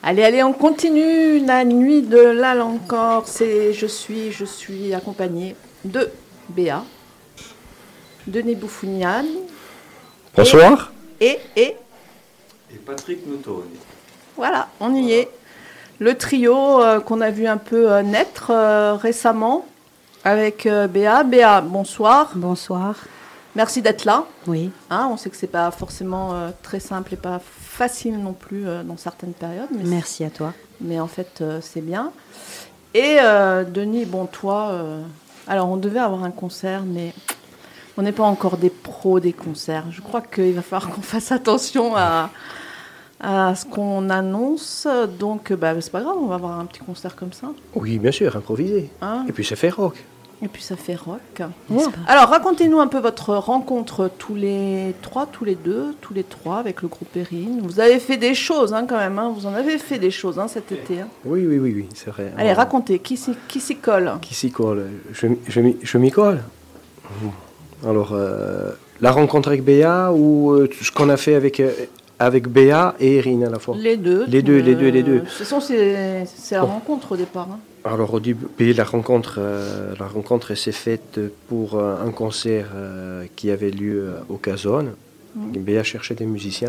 Allez, on continue la nuit de l'Al encore. Je suis accompagnée de Béa, Denis Boufounian. Bonsoir. Et Patrick Noutoni. Voilà, on y est. Le trio qu'on a vu un peu naître récemment avec Béa. Béa, bonsoir. Bonsoir. Merci d'être là. Oui. On sait que c'est pas forcément très simple et pas facile non plus dans certaines périodes. Mais merci à toi. Mais en fait, c'est bien. Et Denis, bon, toi, alors on devait avoir un concert, mais on n'est pas encore des pros des concerts. Je crois qu'il va falloir qu'on fasse attention à ce qu'on annonce. Donc, c'est pas grave, on va avoir un petit concert comme ça. Oui, bien sûr, improvisé. Et puis ça fait rock. Et puis ça fait rock. Ouais. Alors, racontez-nous un peu votre rencontre tous les trois, avec le groupe Perrine. Vous avez fait des choses quand même. Vous en avez fait des choses cet été. Oui, c'est vrai. Allez, racontez. Qui s'y colle? Qui s'y colle? Je m'y colle. Alors, la rencontre avec Béa ou ce qu'on a fait avec Béa et Erin à la fois? Les deux. Les deux. De toute façon, c'est la rencontre au départ. Alors au début, la rencontre s'est faite pour un concert qui avait lieu au Casone. Béa cherchait des musiciens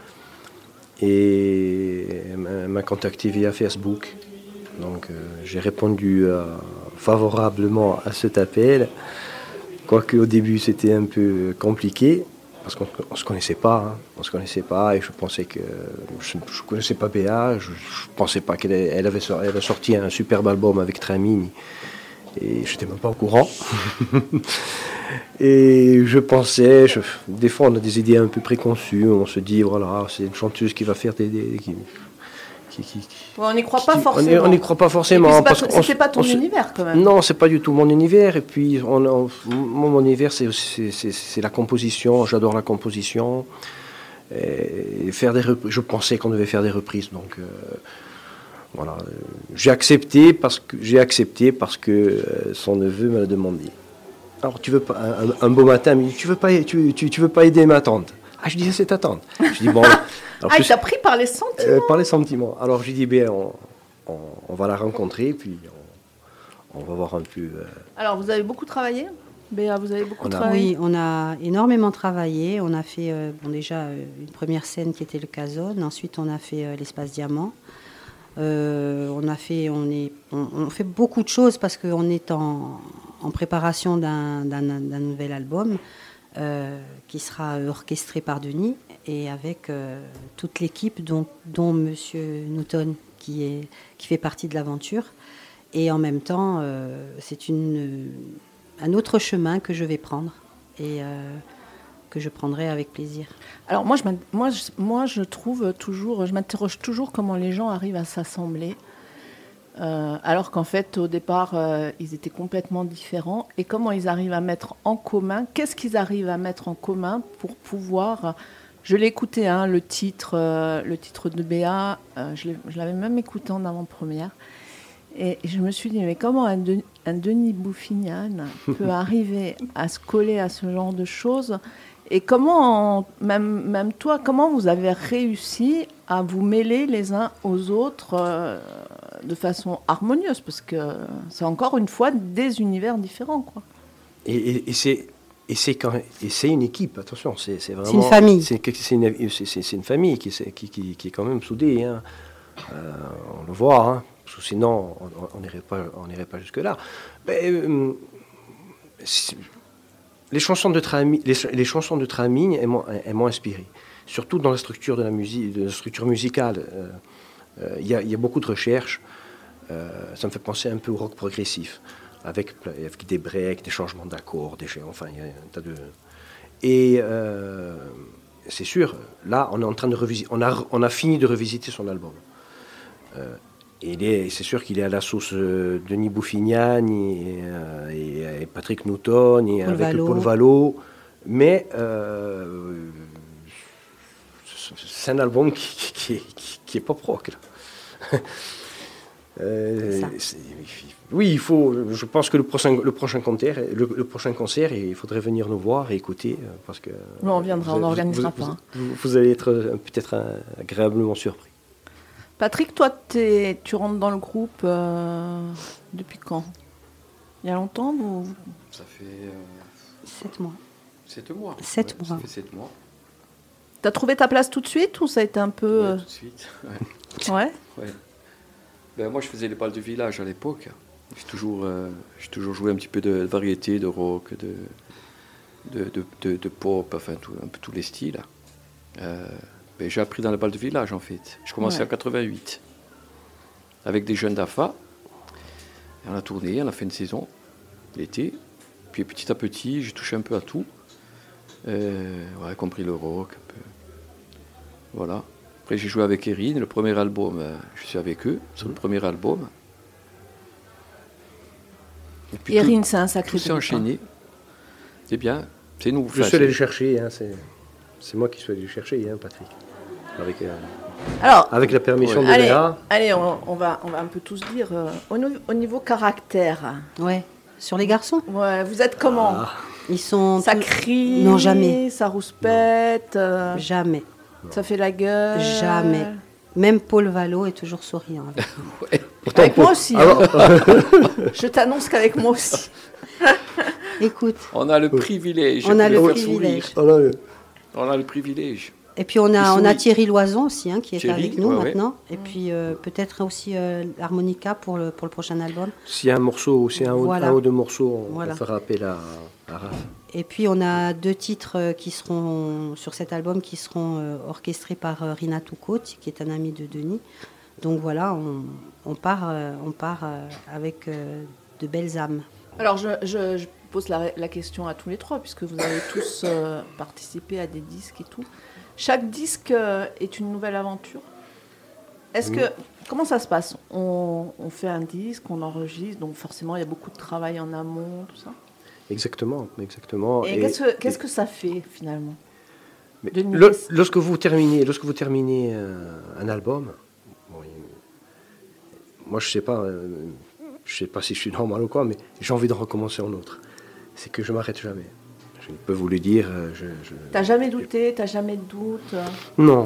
et m'a contacté via Facebook. Donc j'ai répondu favorablement à cet appel, quoique au début c'était un peu compliqué. Parce qu'on ne se connaissait pas, et je pensais que je ne connaissais pas Béa, je ne pensais pas qu'elle avait sorti un superbe album avec Tramini, et je n'étais même pas au courant. Et je pensais, des fois on a des idées un peu préconçues, on se dit voilà, c'est une chanteuse qui va faire on n'y croit pas forcément. On n'y croit pas forcément. C'est pas ton univers quand même. Non, c'est pas du tout mon univers. Et puis, mon univers, c'est la composition. J'adore la composition. Et je pensais qu'on devait faire des reprises. Donc, voilà. J'ai accepté parce que son neveu me l'a demandé. Alors, tu veux pas un beau matin, mais tu veux pas aider ma tante? Ah, je disais, c'est ta tante. Je dis, bon. Alors, il t'a pris par les sentiments. Par les sentiments. Alors, j'ai dit, on va la rencontrer, puis on va voir un peu. Alors, vous avez beaucoup travaillé, Béa, vous avez beaucoup travaillé? Oui, on a énormément travaillé. On a fait déjà une première scène qui était le Casone. Ensuite, on a fait l'Espace Diamant. On fait beaucoup de choses parce qu'on est en préparation d'un nouvel album. Qui sera orchestré par Denis et avec toute l'équipe dont Monsieur Newton qui fait partie de l'aventure. Et en même temps, c'est un autre chemin que je vais prendre et que je prendrai avec plaisir. Alors moi, je trouve toujours, je m'interroge toujours comment les gens arrivent à s'assembler. Alors qu'en fait, au départ, ils étaient complètement différents. Et comment ils arrivent à mettre en commun? Qu'est-ce qu'ils arrivent à mettre en commun pour pouvoir... Je l'ai écouté, le titre de Béa. Je l'avais même écouté en avant-première. Et je me suis dit, mais comment un Denis Boufounian peut arriver à se coller à ce genre de choses? Et comment, même toi, comment vous avez réussi à vous mêler les uns aux autres de façon harmonieuse? Parce que c'est encore une fois des univers différents, quoi. Et c'est une équipe, attention, c'est vraiment... C'est une famille. C'est une famille qui est quand même soudée. On le voit, parce que sinon on n'irait pas jusque-là. Les chansons de Tramini, elles m'ont inspiré. Surtout dans la structure de la musique, de la structure musicale. Il y a beaucoup de recherches. Ça me fait penser un peu au rock progressif, avec des breaks, des changements d'accords, enfin, il y a un tas de... Et c'est sûr, là, on est en train de revisiter. On a fini de revisiter son album. Et c'est sûr qu'il est à la sauce Denis Boufounian et Patrick Newton et avec Paul Vallot. Mais c'est un album qui est pop rock. Oui, il faut. Je pense que le prochain concert, il faudrait venir nous voir et écouter parce que. On viendra, on n'organisera pas. Vous allez être peut-être agréablement surpris. Patrick, toi, tu rentres dans le groupe depuis quand? Il y a longtemps ou... Ça fait 7 mois. 7 mois. 7 mois. Ça fait 7 mois. T'as trouvé ta place tout de suite ou ça a été un peu... Ouais, tout de suite. Ouais. Ouais. Ouais. Ben, moi, je faisais les balles de village à l'époque. J'ai toujours joué un petit peu de variété, de rock, de pop, enfin un peu tous les styles. Ben, j'ai appris dans les balles de village en fait. Je commençais en 88 avec des jeunes d'AFA. Et on a tourné, on a fait une saison l'été. Puis petit à petit, j'ai touché un peu à tout. Ouais, compris le rock un peu. Voilà. Après, j'ai joué avec Erin, le premier album, je suis avec eux, sur le premier album. Et puis Erin, c'est un sacré tout s'est groupe, enchaîné. C'est bien, c'est nous. Je suis allé le chercher, hein, c'est moi qui suis allé le chercher, hein, Patrick. Alors, Avec la permission de allez, Léa. allez, on va un peu tous dire, au niveau caractère, Ouais. Sur les garçons, ouais, vous êtes comment? ils sont... Ça crie? Non, jamais. Ça rouspète? Jamais. Ça fait la gueule? Jamais. Même Paul Vallot est toujours souriant. Avec nous. Pourtant, Avec moi aussi. Alors, Je t'annonce qu'avec moi aussi. Écoute, On a le privilège. on a de le faire privilège. sourire. voilà, On a le privilège. Et puis on a sourit. Thierry Loison aussi, hein, qui est Thierry, avec nous ouais, maintenant. Et puis peut-être aussi l'harmonica pour le prochain album. s'il y a un morceau, s'il y a Voilà. un ou deux morceaux, on Voilà. fera appel à Raph. Et puis on a 2 titres qui seront sur cet album qui seront orchestrés par Rina Toucaut, qui est un ami de Denis. Donc voilà, on part avec de belles âmes. Alors, je pose la question à tous les trois, puisque vous avez tous participé à des disques et tout. Chaque disque est une nouvelle aventure. Comment ça se passe? On fait un disque, on enregistre, donc forcément il y a beaucoup de travail en amont, tout ça. Exactement. Et qu'est-ce que ça fait finalement? Mais Denis, lorsque vous terminez un album, bon, moi je sais pas si je suis normal ou quoi, mais j'ai envie de recommencer un autre. C'est que je m'arrête jamais. Je peux vous le dire. T'as jamais douté, t'as jamais de doute? Non.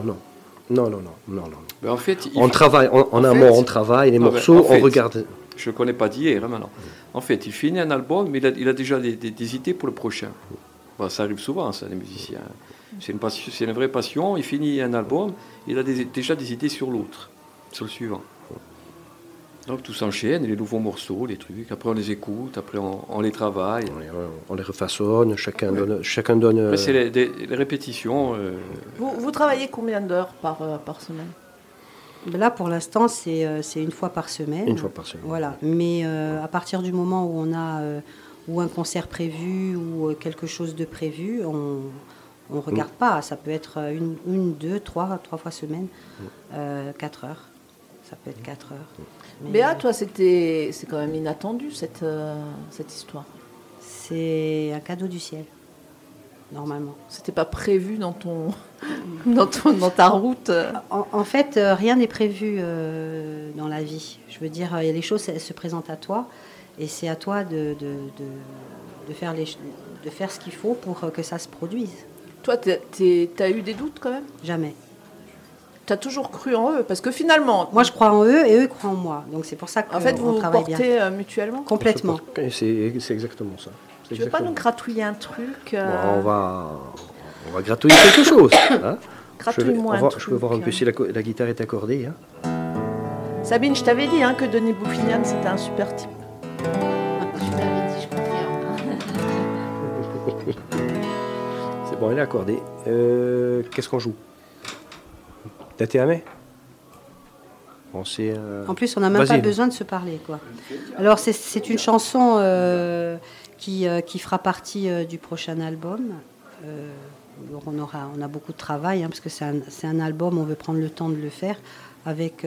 Mais en fait, On travaille, en amont, on travaille les morceaux, on regarde. Je ne connais pas d'hier, hein, maintenant. En fait, il finit un album, mais il a déjà des idées pour le prochain. Bon, ça arrive souvent, ça, les musiciens. C'est une vraie passion. Il finit un album, il a déjà des idées sur l'autre, sur le suivant. Donc tout s'enchaîne, les nouveaux morceaux, les trucs. Après, on les écoute, après, on les travaille. On les refaçonne, chacun donne. Mais c'est les répétitions. Vous travaillez combien d'heures par semaine? Là, pour l'instant, c'est une fois par semaine. Une fois par semaine. Voilà. Mais à partir du moment où on a ou un concert prévu ou quelque chose de prévu, on ne regarde pas. Ça peut être une, deux, trois fois semaine, 4 heures. Ça peut être 4 heures. Mais, Béa, toi, c'est quand même inattendu cette histoire. c'est un cadeau du ciel, normalement. C'était pas prévu dans dans ta route. En fait, rien n'est prévu dans la vie. Je veux dire, il y a les choses, elles se présentent à toi, et c'est à toi de faire ce qu'il faut pour que ça se produise. Toi, t'as eu des doutes quand même? Jamais. T'as toujours cru en eux? Parce que finalement, Moi, je crois en eux et eux croient en moi. Donc c'est pour ça qu'on en fait, vous vous travaille bien. portez mutuellement. Complètement. C'est exactement ça. Tu veux pas nous gratouiller un truc Bon, on va gratouiller quelque chose. Hein. Gratouille-moi un truc. Je peux voir un peu si la guitare est accordée. Hein. Sabine, je t'avais dit que Denis Bouffinian, c'était un super type. Je t'avais dit, je confirme. C'est bon, elle est accordée. Qu'est-ce qu'on joue? Tatéamé? Bon, En plus, on n'a même pas besoin de se parler, quoi. Alors, c'est une chanson qui fera partie du prochain album. On a beaucoup de travail, parce que c'est un album, on veut prendre le temps de le faire avec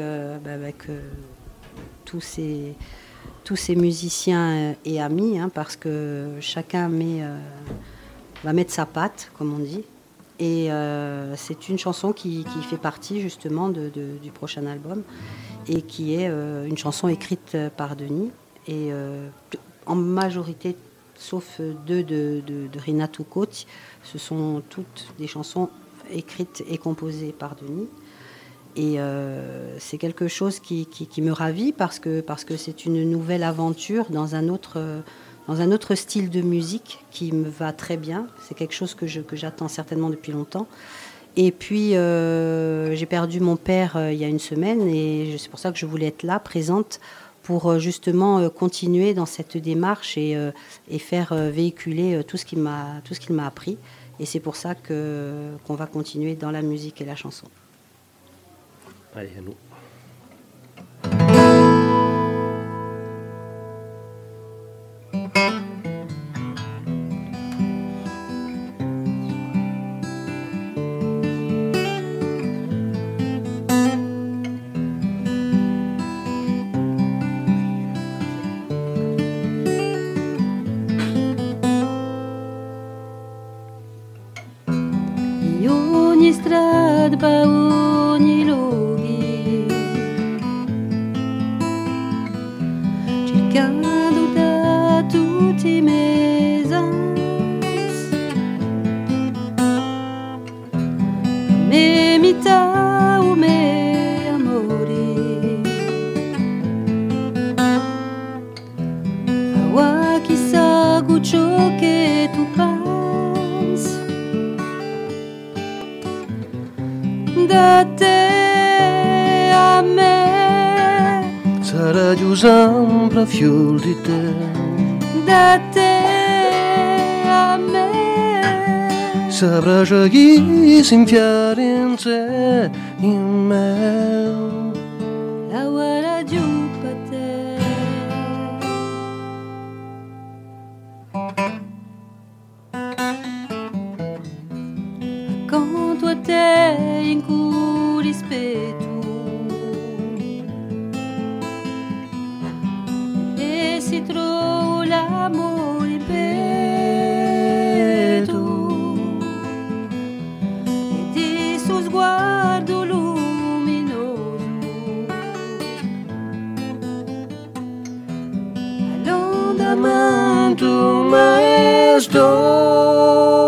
tous ces musiciens et amis, parce que chacun va mettre sa patte, comme on dit. Et c'est une chanson qui fait partie justement du prochain album et qui est une chanson écrite par Denis et en majorité, sauf 2 de Rina Toucaut, ce sont toutes des chansons écrites et composées par Denis. Et c'est quelque chose qui me ravit parce que c'est une nouvelle aventure dans un autre style de musique qui me va très bien. C'est quelque chose que j'attends certainement depuis longtemps. Et puis, j'ai perdu mon père il y a une semaine et c'est pour ça que je voulais être là, présente, pour justement continuer dans cette démarche et faire véhiculer tout ce qu'il m'a appris. Et c'est pour ça qu'on va continuer dans la musique et la chanson. Allez, à nous. Ogni strada pa ogni luogo, cercando da tutti i miei ansi, me metà o me amori, awa chissà ciò che tu pensi. Da te a me sarà giù sempre fior di te. Da te a me Saprà chi si infiare in sé, in me. la guarda giù per te. Accanto a te in cui rispetto e si trova l'amore ripeto e di suo sguardo luminoso All'andamento maestoso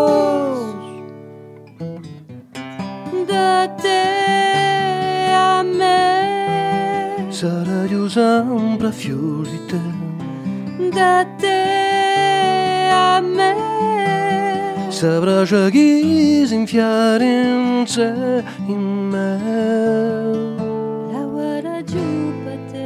da te a me sarà giù sempre fior di te. da te a me Saprà chi si infiare in sé, in me. la guarda giù per te.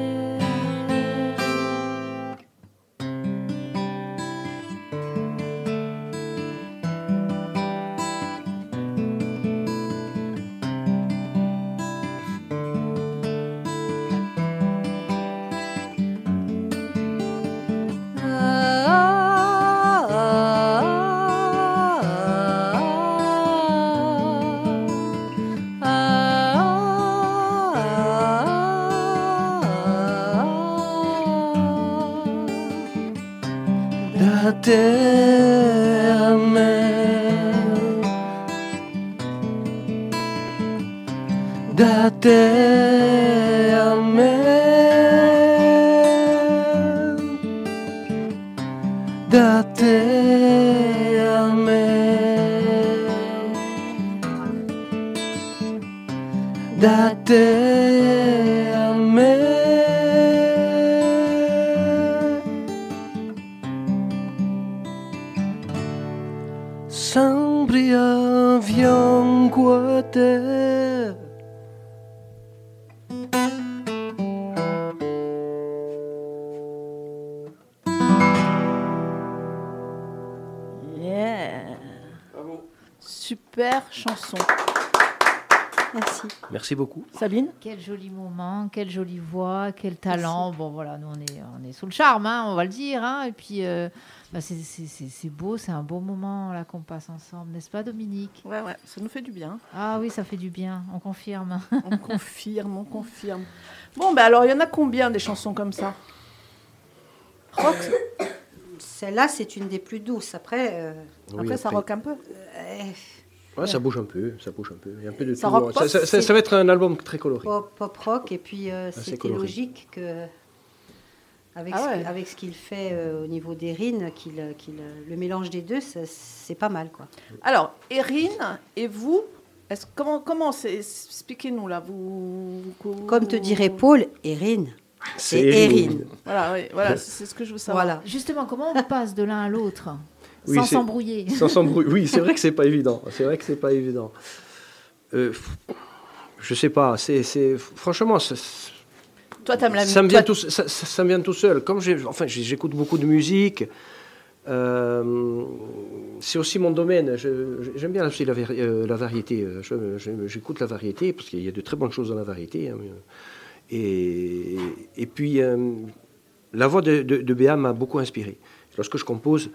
Da te a me, da te a me, da te a me, da te a me. Sempre a fianco a te. Yeah. Super chanson. Merci. Merci beaucoup. Sabine? Quel joli moment, quelle jolie voix, quel talent. Bon, voilà, nous, on est sous le charme, hein, on va le dire. Hein, et puis, c'est beau, c'est un beau moment là qu'on passe ensemble, n'est-ce pas, Dominique? Ouais, ça nous fait du bien. Ah oui, ça fait du bien, on confirme. On confirme, on confirme. Bon, ben alors, il y en a combien des chansons comme ça? Rock? Celle-là, c'est une des plus douces. Après, Après, ça rock un peu. Ouais, ça bouge un peu, ça bouge un peu. Il y a un peu de Ça tout. rock pop, Ça va être un album très coloré. pop rock, et puis c'était coloré. logique que avec, Ah ouais. avec ce qu'il fait au niveau des rines, le mélange des deux, c'est pas mal, quoi. Alors, Erin et vous, Comment c'est, expliquez-nous là. Comme te dirait Paul, Erin. C'est Erin. Voilà, c'est ce que je veux savoir. Voilà. Justement, comment on passe de l'un à l'autre Oui, sans s'embrouiller? Sans s'embrouiller. Oui, c'est vrai que c'est pas évident. Je sais pas. Franchement, toi, t'aimes la musique. Ça me vient tout seul. Comme j'écoute beaucoup de musique. C'est aussi mon domaine. J'aime bien aussi la variété. J'écoute la variété parce qu'il y a de très bonnes choses dans la variété. Hein. Et puis, la voix de Béa m'a beaucoup inspiré. Lorsque je compose,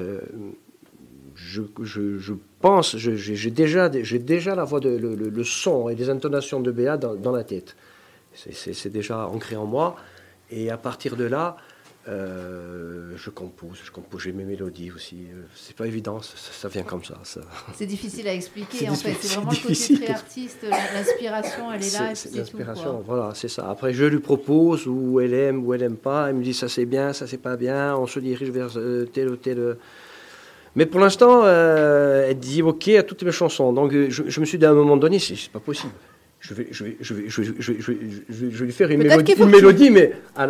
je pense, j'ai déjà la voix, le son et les intonations de Béa dans la tête. C'est déjà ancré en moi. Et à partir de là, je compose, j'ai mes mélodies aussi. C'est pas évident, ça vient comme ça. C'est difficile à expliquer en fait. C'est vraiment le côté très artiste. L'inspiration, elle est là. C'est l'inspiration, tout, voilà, c'est ça. Après, je lui propose où elle aime pas. Elle me dit ça c'est bien, ça c'est pas bien. On se dirige vers tel ou tel. Mais pour l'instant, elle dit ok à toutes mes chansons. Donc je me suis dit à un moment donné, c'est pas possible. Je vais lui faire une mélodie, mais à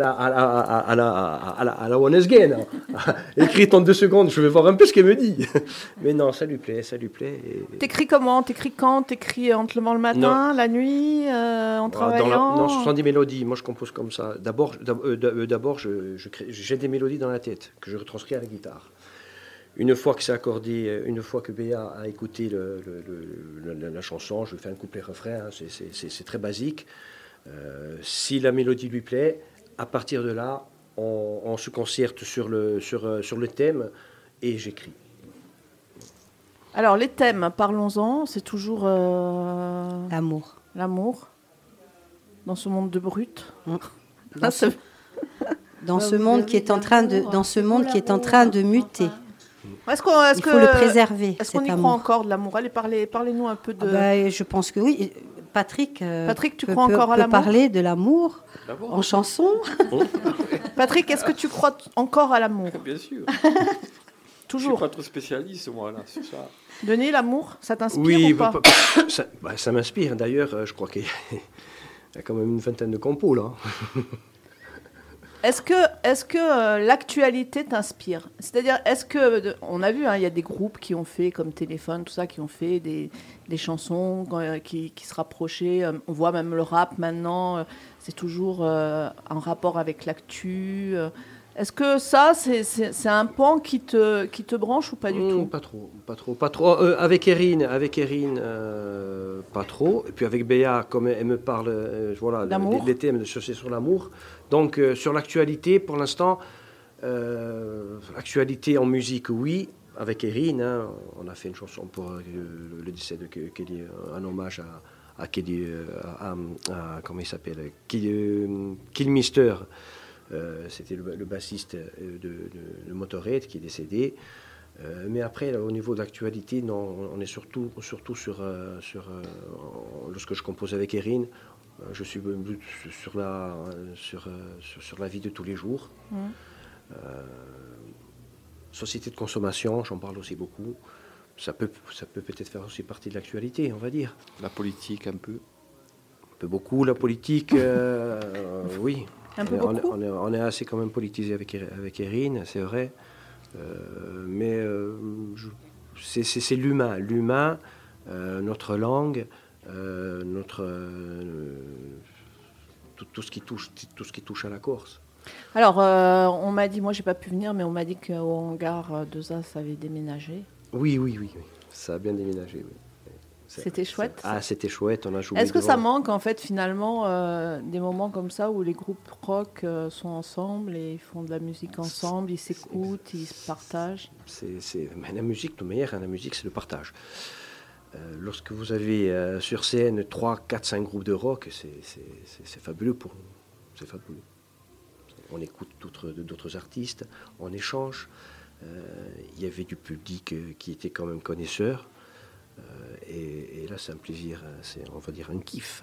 la One Again, écrite en 2 secondes. Je vais voir un peu ce qu'elle me dit. Mais non, ça lui plaît. T'écris comment? T'écris quand? T'écris en te levant le matin, la nuit, en travaillant? Non, ce sont des mélodies. Moi, je compose comme ça. D'abord, j'ai des mélodies dans la tête que je retranscris à la guitare. Une fois que c'est accordé, une fois que Béa a écouté la chanson, je fais un couplet-refrain, hein, c'est très basique. Si la mélodie lui plaît, à partir de là, on se concerte sur le thème et j'écris. Alors les thèmes, parlons-en, c'est toujours... L'amour. Dans ce monde de brut. Dans ce monde qui est en train de muter. Il faut le préserver. Est-ce qu'on y croit encore de l'amour? Allez, parlez-nous un peu de... Je pense que oui. Patrick, tu crois encore à l'amour? Parler de l'amour en chanson. Patrick, est-ce que tu crois encore à l'amour? Bien sûr. Toujours. Je suis pas trop spécialiste, moi, là, sur ça. Denis, l'amour, ça t'inspire ou pas? Ça m'inspire. D'ailleurs, je crois qu'il y a quand même une vingtaine de compos, là. Est-ce que l'actualité t'inspire? C'est-à-dire, on a vu, hein, il y a des groupes qui ont fait, comme Téléphone, tout ça, qui ont fait des chansons qui se rapprochaient. On voit même le rap maintenant, c'est toujours en rapport avec l'actu. Est-ce que ça, c'est un pan qui te branche ou pas du tout? Pas trop. Avec Erin, pas trop. Et puis avec Béa, comme elle me parle, les thèmes c'est sur l'amour. Donc sur l'actualité, pour l'instant, actualité en musique, oui. Avec Erin, hein, on a fait une chanson pour le décès de Kelly, un hommage à Kelly, comment il s'appelle, Kilmister. C'était le bassiste de Motorhead qui est décédé. Mais après, là, au niveau de l'actualité, non, on est surtout sur lorsque je compose avec Erin, je suis sur la vie de tous les jours. Société de consommation, j'en parle aussi beaucoup. Ça peut peut-être faire aussi partie de l'actualité, on va dire. La politique, un peu. Un peu beaucoup, la politique, oui. On est assez quand même politisé avec Erin, c'est vrai. Mais c'est l'humain, notre langue, tout ce qui touche à la Corse. Alors, on m'a dit, moi j'ai pas pu venir, mais on m'a dit qu'au hangar 2A, ça avait déménagé. Oui, ça a bien déménagé, oui. C'était chouette. C'était chouette, on a joué. Est-ce que ça manque en fait finalement des moments comme ça où les groupes rock sont ensemble et ils font de la musique ensemble, ils s'écoutent, ils se partagent? Mais la musique, de toute manière, la musique c'est le partage. Lorsque vous avez sur scène 3, 4, 5 groupes de rock, c'est fabuleux pour nous. C'est fabuleux. On écoute d'autres artistes, on échange. Il y avait du public qui était quand même connaisseur. Et là, c'est un plaisir, c'est, on va dire, un kiff.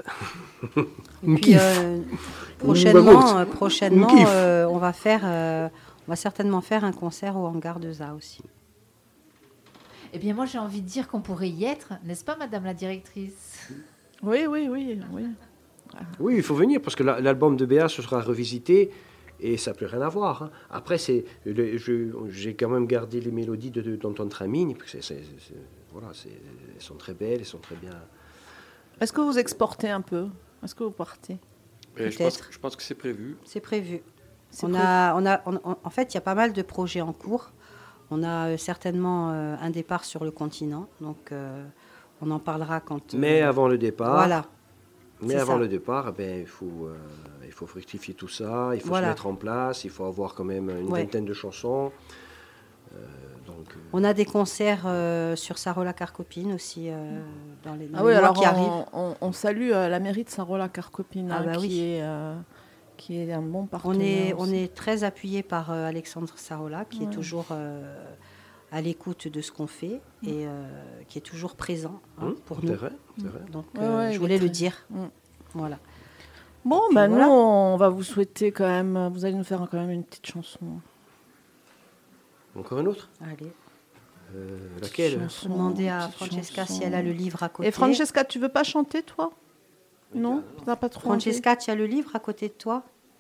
Prochainement, on va certainement faire un concert au hangar 2A aussi. Eh bien, moi, j'ai envie de dire qu'on pourrait y être, n'est-ce pas, Madame la directrice? Oui. Oui, il faut venir parce que l'album de Béa, ce sera revisité et ça n'a plus rien à voir. Hein. Après, j'ai quand même gardé les mélodies d'Antoine Tramine. Voilà, elles sont très belles, elles sont très bien. Est-ce que vous exportez un peu? Est-ce que vous partez? Je pense que c'est prévu. C'est prévu. C'est En fait, il y a pas mal de projets en cours. On a certainement un départ sur le continent, donc on en parlera quand... Mais avant le départ... Voilà. Mais avant le départ, il faut fructifier tout ça, il faut se mettre en place, il faut avoir quand même une vingtaine de chansons. On a des concerts sur Sarola Carcopine aussi dans les mois qui arrivent. On salue la mairie de Sarola Carcopine qui est un bon partenaire. On est très appuyé par Alexandre Sarola qui est toujours à l'écoute de ce qu'on fait et qui est toujours présent pour nous. C'est vrai. Donc je voulais le dire. Voilà. Bon, nous, on va vous souhaiter quand même... Vous allez nous faire quand même une petite chanson. Encore une autre? Allez. Laquelle? Je vais demander à Francesca si elle a le livre à côté. Et Francesca, tu veux pas chanter, toi? Non, tu n'as pas trop Francesca, tu as le livre à côté de toi?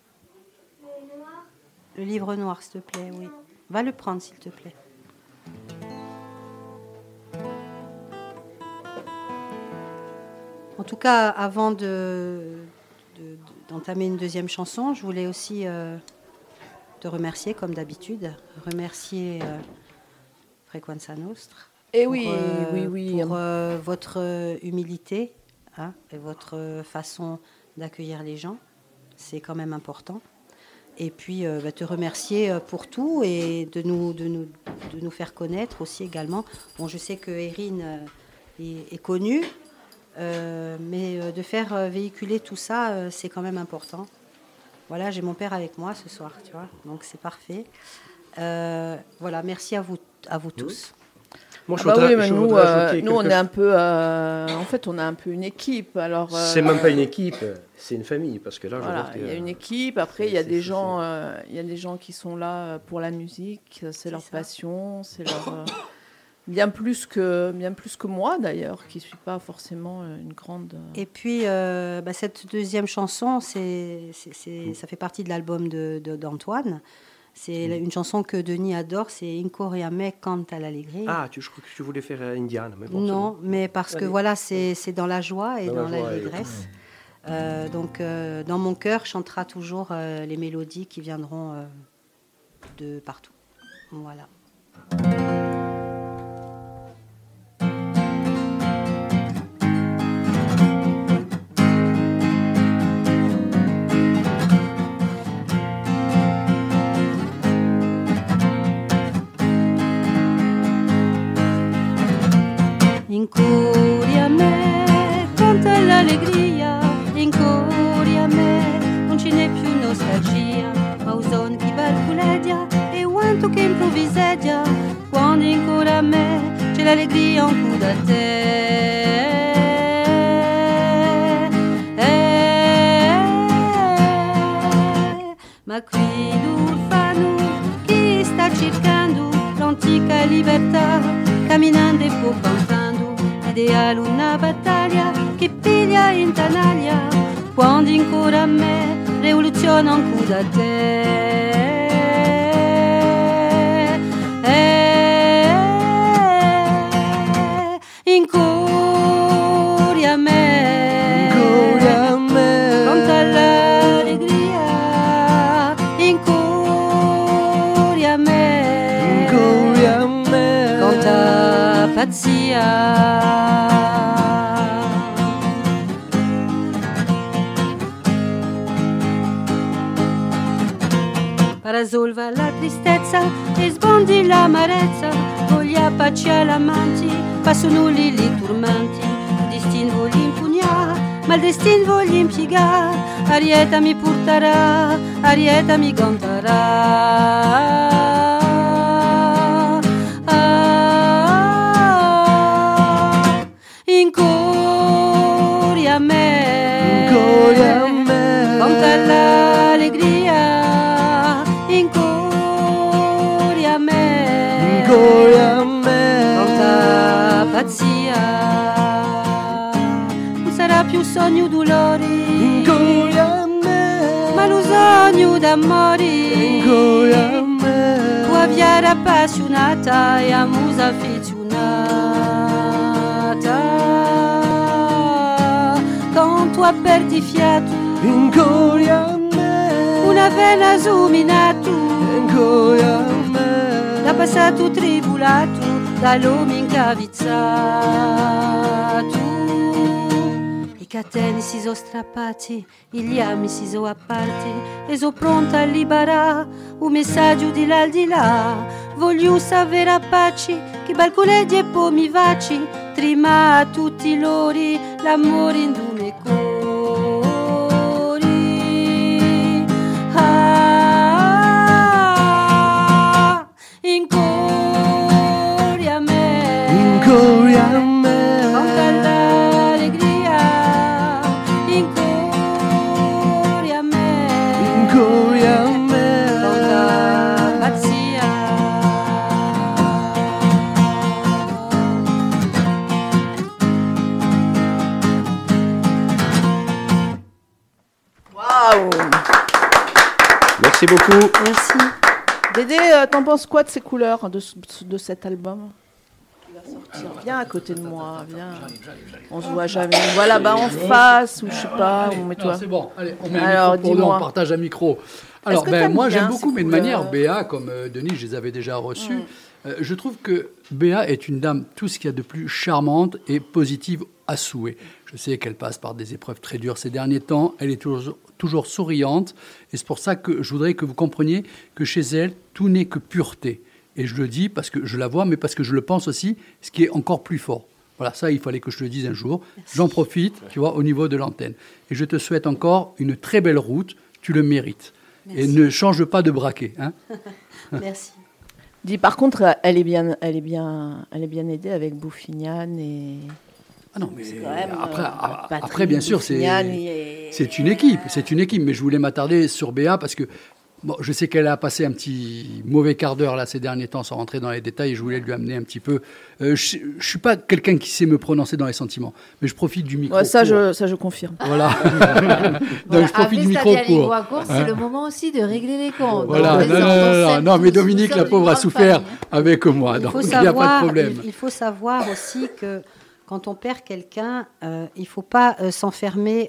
Le livre noir, s'il te plaît, oui. Va le prendre, s'il te plaît. En tout cas, avant d'entamer une deuxième chanson, je voulais aussi te remercier, comme d'habitude. Remercier Frequenza Nostra. Et pour votre humilité et votre façon d'accueillir les gens. C'est quand même important. Et puis, te remercier pour tout et de nous faire connaître aussi également. Bon, je sais que Erin est connue, mais de faire véhiculer tout ça, c'est quand même important. Voilà, j'ai mon père avec moi ce soir, tu vois, donc c'est parfait. Voilà, merci à vous tous. Moi, nous, on est un peu, en fait, on a un peu une équipe. Alors, c'est même pas une équipe, c'est une famille, parce que là, il y a une équipe. Après, il y a des gens, qui sont là pour la musique. C'est leur passion, c'est leur bien plus que moi d'ailleurs, qui suis pas forcément une grande. Et puis, cette deuxième chanson, ça fait partie de l'album d'Antoine. C'est une chanson que Denis adore, c'est Incoria me canta l'allegria. Ah, je crois que tu voulais faire Indiana. Mais bon, non, mais parce que voilà, c'est dans la joie et dans l'allégresse. Donc, dans mon cœur, chantera toujours les mélodies qui viendront de partout. Voilà. Incuria me, canta l'allegria, incuria me, non ce n'è più nostalgia, ma uson chi balculedia e quanto che improvvisedia, quando incuria me, c'è l'allegria un coup da te. Ma qui l'urfano che sta cercando l'antica libertà, camminando e può cantando, ideale una battaglia che piglia in tanaglia, quando ancora a me rivoluziona un coup da te. Incuria a me, canta l'allegria, incuria a me, canta pazzia. Parasolva la tristezza e sbondi l'amarezza, voglia pace all'amanti, passano lì i turmanti, il destino voglio impugnare, ma il destino voglio impiegare, Arieta mi porterà, Arieta mi conterà. Incuria a me, conta l'allegria, incuria a me, conta non sarà più sogno o dolori, Ancora a me, ma lo sogno d'amore, ancora a me. tua fiera appassionata e a musa affezionata, con tua perdi fiato, Ancora a me, una vena zuminato, ancora a me. da passato tribulato, dall'uomo incavizzato. I cateni si sono strappati, gli ami si sono apparti e sono pronta a liberare un messaggio di là al di là. Voglio sapere a pace che balconetti e pomi vaci, trima a tutti loro l'amore in due cori. Ah, in cori a me, Ancora a me, con l'allegria, in cori a me, ancora a me. con la pazzia. Waouh. Merci beaucoup. Merci. Dédé, t'en penses quoi de ces couleurs de cet album qui va sortir? Viens à côté de moi, viens. On se voit jamais. Voilà, bah en face ou je sais pas, Allez, on met non, toi. c'est bon, allez, on met Alors, un micro pour nous, dis-moi. on partage un micro. Alors, que t'aimes moi bien j'aime beaucoup, ces mais de couleurs manière, Béa, comme Denis, je les avais déjà reçus. Je trouve que Béa est une dame, tout ce qu'il y a de plus charmante et positive à souhait. Je sais qu'elle passe par des épreuves très dures ces derniers temps. Elle est toujours souriante. Et c'est pour ça que je voudrais que vous compreniez que chez elle, tout n'est que pureté. Et je le dis parce que je la vois, mais parce que je le pense aussi, ce qui est encore plus fort. Voilà, ça, il fallait que je le dise un jour. J'en profite, tu vois, au niveau de l'antenne. Et je te souhaite encore une très belle route. Tu le mérites. Merci. Et ne change pas de braquet. Hein. Merci. Dis par contre, elle est bien aidée avec Bouffignane et. Ah non, mais C'est quand même, après, Patrick bien sûr, Bouffignane, c'est une équipe. C'est une équipe. Mais je voulais m'attarder sur Béa parce que bon, je sais qu'elle a passé un petit mauvais quart d'heure là ces derniers temps sans rentrer dans les détails. Et je voulais lui amener un petit peu. Je ne suis pas quelqu'un qui sait me prononcer dans les sentiments, mais je profite du micro. Ouais, ça, pour- je confirme. Voilà. Donc Voilà, je profite du après micro Stadia pour. Lingua Course, c'est le moment aussi de régler les comptes. Voilà, Donc, non, on non, s'aime non, mais tous, Dominique, nous la sommes pauvre, une a grande souffert famille. avec moi, donc il n'y a pas de problème. Il faut savoir aussi que quand on perd quelqu'un, il ne faut pas s'enfermer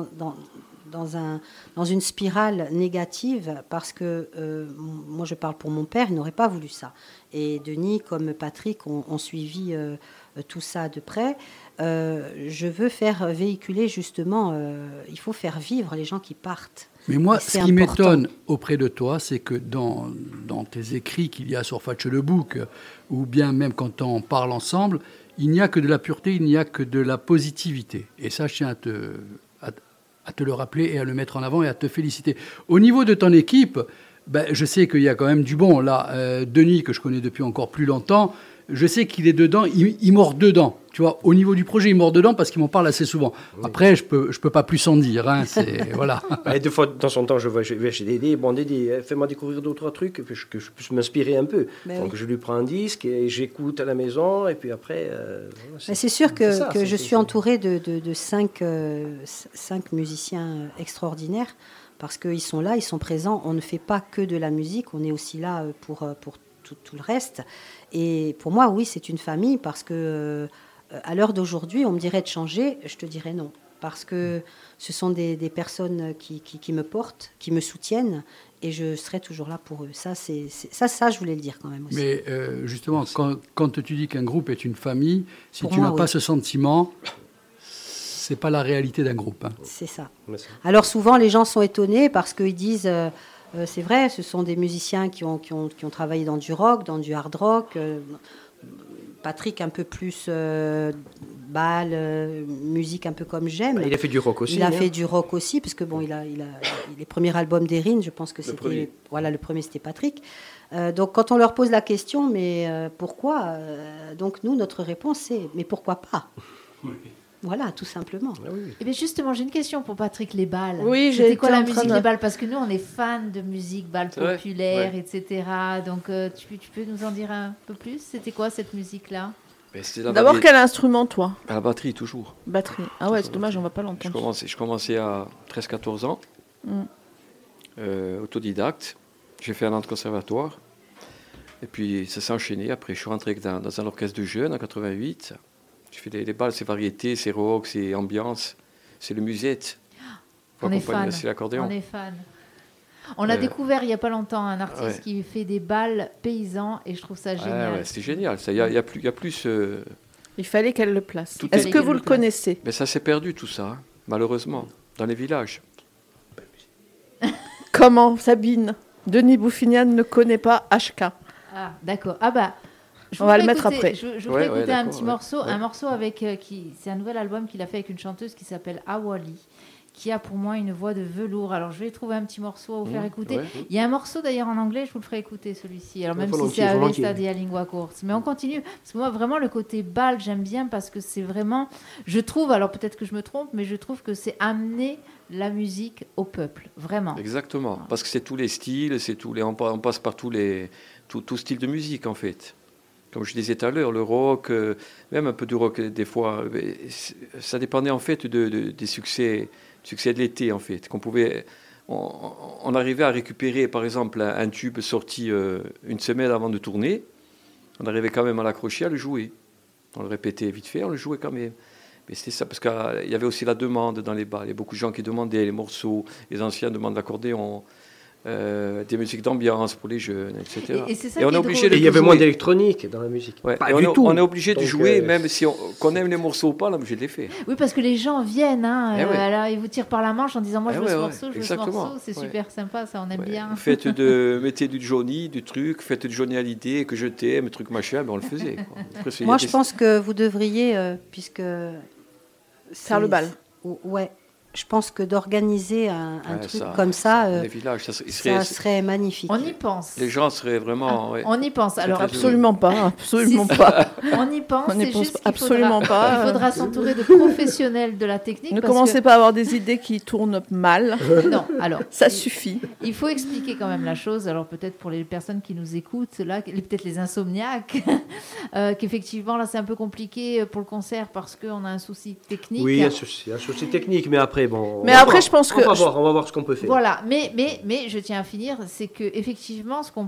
dans une spirale négative parce que moi je parle pour mon père, il n'aurait pas voulu ça. Et Denis comme Patrick ont suivi tout ça de près. Je veux faire véhiculer justement, il faut faire vivre les gens qui partent. Mais moi, Et ce c'est qui important. m'étonne auprès de toi, c'est que dans tes écrits qu'il y a sur Fatch le Book, ou bien même quand on parle ensemble, il n'y a que de la pureté, il n'y a que de la positivité. Et ça, je tiens à te le rappeler et à le mettre en avant et à te féliciter. Au niveau de ton équipe, ben, je sais qu'il y a quand même du bon. Là, Denis, que je connais depuis encore plus longtemps, je sais qu'il est dedans, il mord dedans. Tu vois, au niveau du projet, il mord dedans parce qu'il m'en parle assez souvent. Oui. Après, je peux pas plus en dire. Hein, voilà. Et des fois, de temps en temps, je vais chez Dédé. Bon, Dédé, fais-moi découvrir d'autres trucs que je puisse m'inspirer un peu. Ben Donc, oui. je lui prends un disque et j'écoute à la maison. Et puis après. Voilà, Mais c'est sûr que, ça, que je c'est- suis entourée de 5 musiciens extraordinaires parce qu'ils sont là, ils sont présents. On ne fait pas que de la musique, on est aussi là pour tout le reste. Et pour moi, oui, c'est une famille parce que à l'heure d'aujourd'hui, on me dirait de changer, je te dirais non. Parce que ce sont des personnes qui me portent, qui me soutiennent, et je serai toujours là pour eux. Ça, je voulais le dire quand même aussi. Mais justement, quand tu dis qu'un groupe est une famille, si Pour tu moi, n'as pas oui. ce sentiment, c'est pas la réalité d'un groupe. Hein. C'est ça. Mais ça- Alors souvent, les gens sont étonnés parce qu'ils disent, c'est vrai, ce sont des musiciens qui ont travaillé dans du rock, dans du hard rock. Patrick un peu plus bal, musique un peu comme j'aime. Il a fait du rock aussi. Il a hein. fait du rock aussi, parce que bon, il a les premiers albums d'Erin, je pense que c'était premier. voilà, le premier c'était Patrick. Donc quand on leur pose la question, mais pourquoi donc nous, notre réponse c'est, mais pourquoi pas Voilà, tout simplement. Ah oui. Eh bien justement, j'ai une question pour Patrick Les Balles. Oui, C'était j'ai quoi été la en train musique de- Les Balles? Parce que nous, on est fans de musique bal Ouais, populaire, ouais. etc. Donc tu peux nous en dire un peu plus? C'était quoi cette musique-là? D'abord, quel instrument, toi? La batterie, toujours. Batterie. Ah ouais, c'est dommage, on va pas l'entendre. Je commençais à 13-14 ans, autodidacte. J'ai fait un an de conservatoire. Et puis, ça s'est enchaîné. Après, je suis rentré dans un orchestre de jeunes en 88. Je fais les balles, c'est variété, c'est rock, c'est ambiance, c'est le musette. On est fan. L'accordéon. On est fan. On a découvert il n'y a pas longtemps un artiste qui fait des balles paysans et je trouve ça génial. Ouais, c'est génial. Il y a plus. Il fallait qu'elle le place. Est-ce que vous le connaissez? Mais ça s'est perdu tout ça, hein, malheureusement, dans les villages. Comment, Sabine? Denis Bouffignan ne connaît pas HK. Ah, d'accord. Ah bah. On va le mettre après. Je vous ferai écouter un petit morceau, un morceau avec c'est un nouvel album qu'il a fait avec une chanteuse qui s'appelle Awali, qui a pour moi une voix de velours. Alors je vais trouver un petit morceau à vous faire écouter. Il y a un morceau d'ailleurs en anglais, je vous le ferai écouter celui-ci. Alors même si c'est avec Stadia Lingua Course, mais on continue parce que moi vraiment le côté balle j'aime bien parce que c'est vraiment, je trouve, alors peut-être que je me trompe, mais je trouve que c'est amener la musique au peuple, vraiment. Exactement, parce que c'est tous les styles, on passe par tout style de musique en fait. Comme je disais tout à l'heure, le rock, même un peu du rock des fois, ça dépendait en fait des succès de l'été en fait. On arrivait à récupérer par exemple un tube sorti une semaine avant de tourner, on arrivait quand même à l'accrocher, à le jouer. On le répétait vite fait, on le jouait quand même. Mais c'était ça, parce qu'il y avait aussi la demande dans les bars. Il y a beaucoup de gens qui demandaient les morceaux, les anciens demandent l'accordéon. Des musiques d'ambiance pour les jeunes, etc. Et on est obligé de il y avait moins d'électronique dans la musique. Ouais. Pas du tout. On est obligé de jouer, même si qu'on aime les morceaux ou pas, on est obligé de les faire. Oui, parce que les gens viennent, alors ils vous tirent par la manche en disant moi je veux ce morceau, je veux ce morceau, c'est super sympa, ça on aime bien. Mettez du Johnny, du truc, faites du Johnny Hallyday, que je t'aime, truc machin, on le faisait. Après, moi je pense que vous devriez, puisque... faire le bal. Ouais. Je pense que d'organiser un truc comme ça, les villages, ça serait magnifique. On y pense. Les gens seraient vraiment... On y pense. Alors absolument pas. On y pense. On y pense absolument pas. Il faudra s'entourer de professionnels de la technique. Ne commencez pas à avoir des idées qui tournent mal. Non, alors... Ça suffit. Il faut expliquer quand même la chose. Alors peut-être pour les personnes qui nous écoutent, là, peut-être les insomniaques, qu'effectivement, là, c'est un peu compliqué pour le concert parce qu'on a un souci technique. Oui, un souci technique, mais après... Bon, je pense que... On va voir ce qu'on peut faire. Voilà, mais je tiens à finir, c'est que effectivement, ce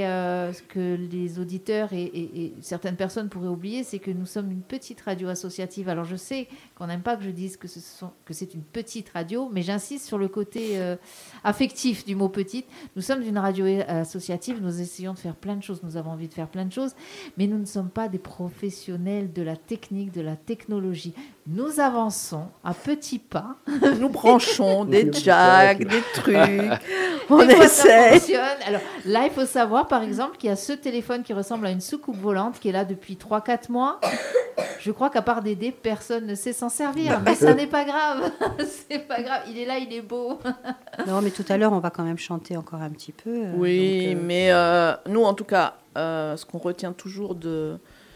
que les auditeurs et certaines personnes pourraient oublier, c'est que nous sommes une petite radio associative. Alors je sais qu'on n'aime pas que je dise que c'est une petite radio, mais j'insiste sur le côté affectif du mot petite. Nous sommes une radio associative, nous essayons de faire plein de choses, nous avons envie de faire plein de choses, mais nous ne sommes pas des professionnels de la technique, de la technologie. Nous avançons à petits pas. Nous branchons des jacks, des trucs. On essaie. Ça fonctionne. Alors là, il faut savoir, par exemple, qu'il y a ce téléphone qui ressemble à une soucoupe volante qui est là depuis 3-4 mois. Je crois qu'à part Dédé, personne ne sait s'en servir. Mais ça n'est pas grave. C'est pas grave. Il est là, il est beau. Non, mais tout à l'heure, on va quand même chanter encore un petit peu. Oui, mais nous, en tout cas, ce qu'on retient toujours de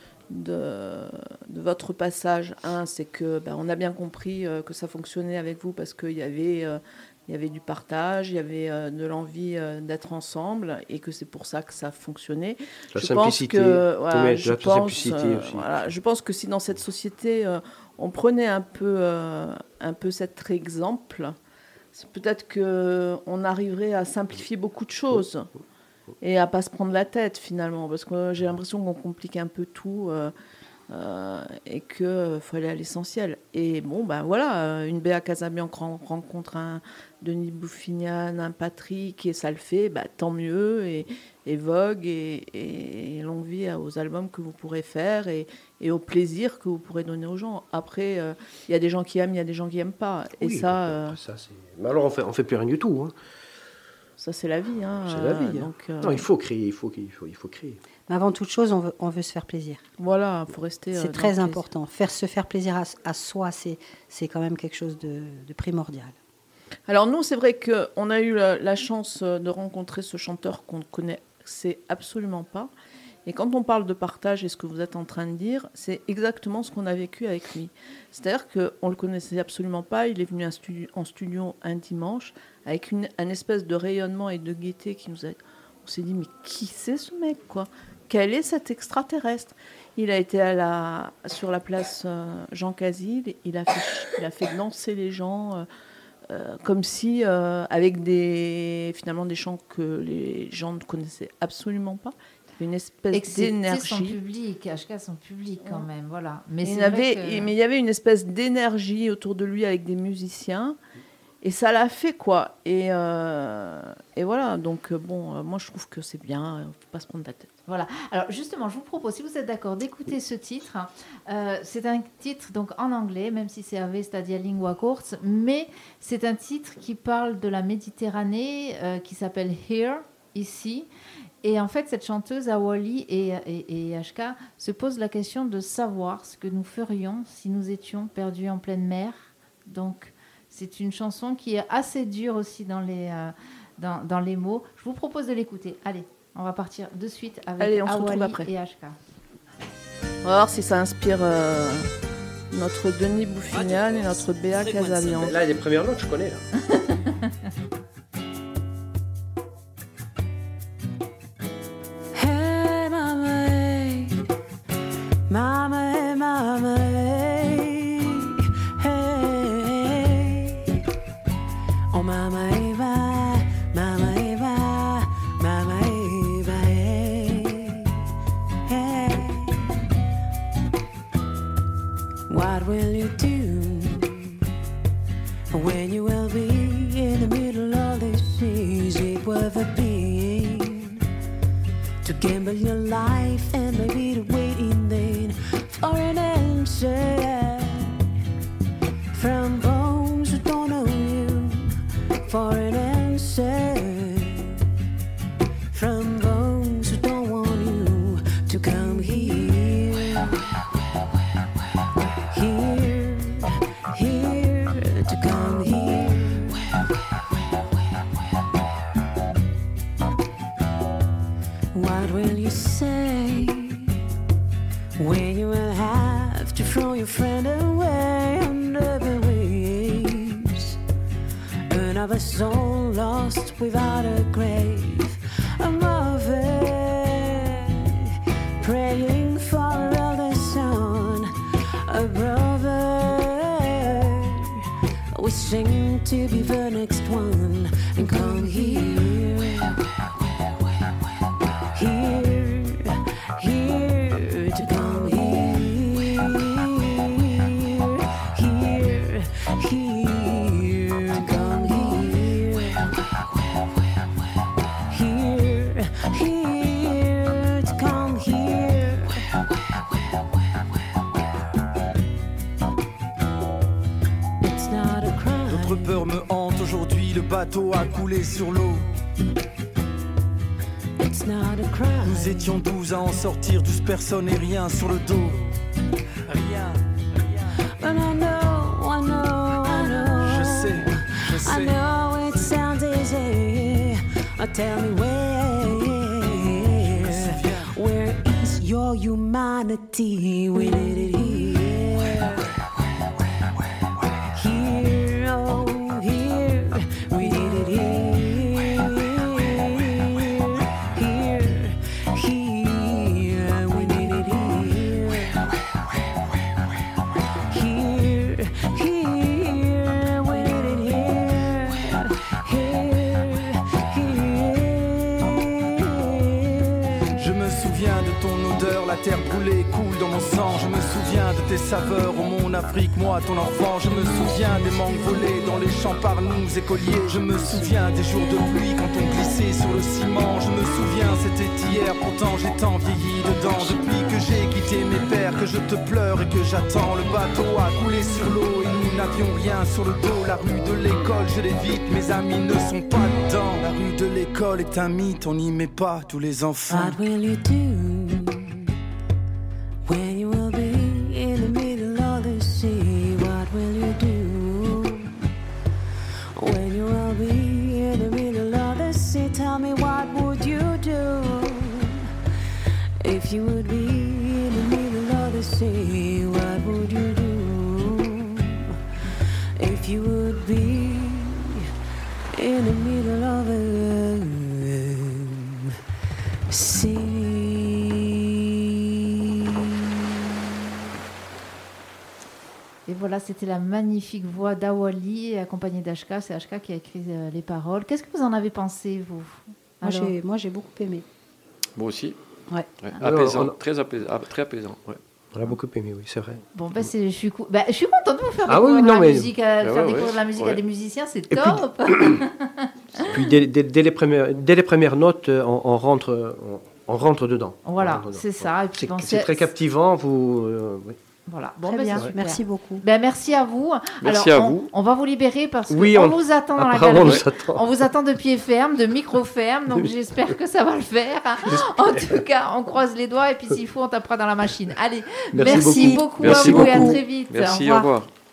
votre passage, c'est que on a bien compris que ça fonctionnait avec vous parce qu'il y avait du partage, il y avait de l'envie d'être ensemble et que c'est pour ça que ça fonctionnait. Simplicité. Je pense que si dans cette société on prenait un peu cet exemple, c'est peut-être qu'on arriverait à simplifier beaucoup de choses. Et à pas se prendre la tête finalement, parce que j'ai l'impression qu'on complique un peu tout et qu'il faut aller à l'essentiel. Et bon, voilà, une Béa Casabianca rencontre un Denis Bouffignan, un Patrick, et ça le fait, tant mieux, et vogue, et longue vie aux albums que vous pourrez faire, et au plaisir que vous pourrez donner aux gens. Après, il y a des gens qui aiment, il y a des gens qui n'aiment pas. Et oui, ça c'est... Mais alors on fait plus rien du tout, hein. Ça, c'est la vie. C'est la vie. Donc, non, il faut créer. Il faut créer. Mais avant toute chose, on veut se faire plaisir. Voilà, il faut rester... C'est très important. Se faire plaisir à soi, c'est quand même quelque chose de primordial. Alors nous, c'est vrai qu'on a eu la chance de rencontrer ce chanteur qu'on ne connaissait absolument pas. Et quand on parle de partage et ce que vous êtes en train de dire, c'est exactement ce qu'on a vécu avec lui. C'est-à-dire qu'on ne le connaissait absolument pas. Il est venu en studio un dimanche avec un espèce de rayonnement et de gaieté qui nous a... On s'est dit, mais qui c'est ce mec, quoi ? Quel est cet extraterrestre ? Il a été sur la place Jean Casil. Il a fait danser les gens comme si, avec finalement des chants que les gens ne connaissaient absolument pas. Il y avait une espèce d'énergie. Son public, HK, son public quand même, voilà. Mais il y avait une espèce d'énergie autour de lui avec des musiciens. Et ça l'a fait, quoi. Et voilà, donc moi je trouve que c'est bien, il ne faut pas se prendre la tête. Voilà. Alors justement, je vous propose, si vous êtes d'accord, d'écouter ce titre. C'est un titre donc en anglais, même si c'est Ave Stadia Lingua Courts, mais c'est un titre qui parle de la Méditerranée, qui s'appelle Here, ici. Et en fait, cette chanteuse, Awali et HK, se pose la question de savoir ce que nous ferions si nous étions perdus en pleine mer. Donc, c'est une chanson qui est assez dure aussi dans les mots. Je vous propose de l'écouter. Allez, on va partir de suite avec Awali et HK. On va voir si ça inspire notre Denis Bouffinian et notre Béa Casalian. Là, les premières notes, je connais. Là. Hey, mama, hey. Mama, hey, mama, hey. Hey. Oh, mama, Eva, mama, Eva, mama, Eva, hey. Hey. What will you do when you will be in the middle of the seas? It worth a being to gamble your life and maybe to wait in vain for an answer from those who don't know you, for an answer from those who don't want you to come here, to come here. What will you say when you will have to throw your friend away under the waves? Another soul lost without a grave, a mother praying for her eldest son, a brother wishing to be the next one, and come here. Here to come here, to come here, to come here. It's not a crime. Notre peur me hante aujourd'hui, le bateau a coulé sur l'eau. Nous étions 12 à en sortir, 12 personnes et rien sur le dos. Rien. But I know. Je sais. I know it sounds easy. Tell me where is your humanity? We did it here. Here, oh, here. We did it here. La terre brûlée coule dans mon sang. Je me souviens de tes saveurs, oh mon Afrique, moi ton enfant. Je me souviens des mangues volées dans les champs par nous écoliers. Je me souviens des jours de pluie quand on glissait sur le ciment. Je me souviens, c'était hier, pourtant j'ai tant vieilli dedans. Depuis que j'ai quitté mes pères, que je te pleure et que j'attends. Le bateau a coulé sur l'eau et nous n'avions rien sur le dos. La rue de l'école, je l'évite, mes amis ne sont pas dedans. La rue de l'école est un mythe, on n'y met pas tous les enfants. What will you do when you will be in the middle of the sea? What will you do when you will be in the middle of the sea? Tell me, what would you do if you would be in the middle of the sea? What would you do if you would be in the middle of the sea? Et voilà, c'était la magnifique voix d'Awali, accompagnée d'HK. C'est HK qui a écrit les paroles. Qu'est-ce que vous en avez pensé, vous? Moi, j'ai beaucoup aimé. Moi aussi. Ouais. Apaisant, très apaisant. Ouais. On a beaucoup aimé, oui, c'est vrai. Bon, je suis contente de vous faire découvrir de la musique à des musiciens, c'est top. Puis dès les premières notes, on rentre dedans. Voilà, c'est ça. Et puis, c'est très captivant. Oui. Voilà. Bon, Très bien, super. merci beaucoup. Merci à vous. Merci à vous. On va vous libérer parce qu'on vous attend dans la galerie. On vous attend de pied ferme, de micro ferme. Donc j'espère que ça va le faire. En tout cas, on croise les doigts et puis s'il faut, on tapera dans la machine. Allez, merci beaucoup à vous et à très vite. Merci, au revoir.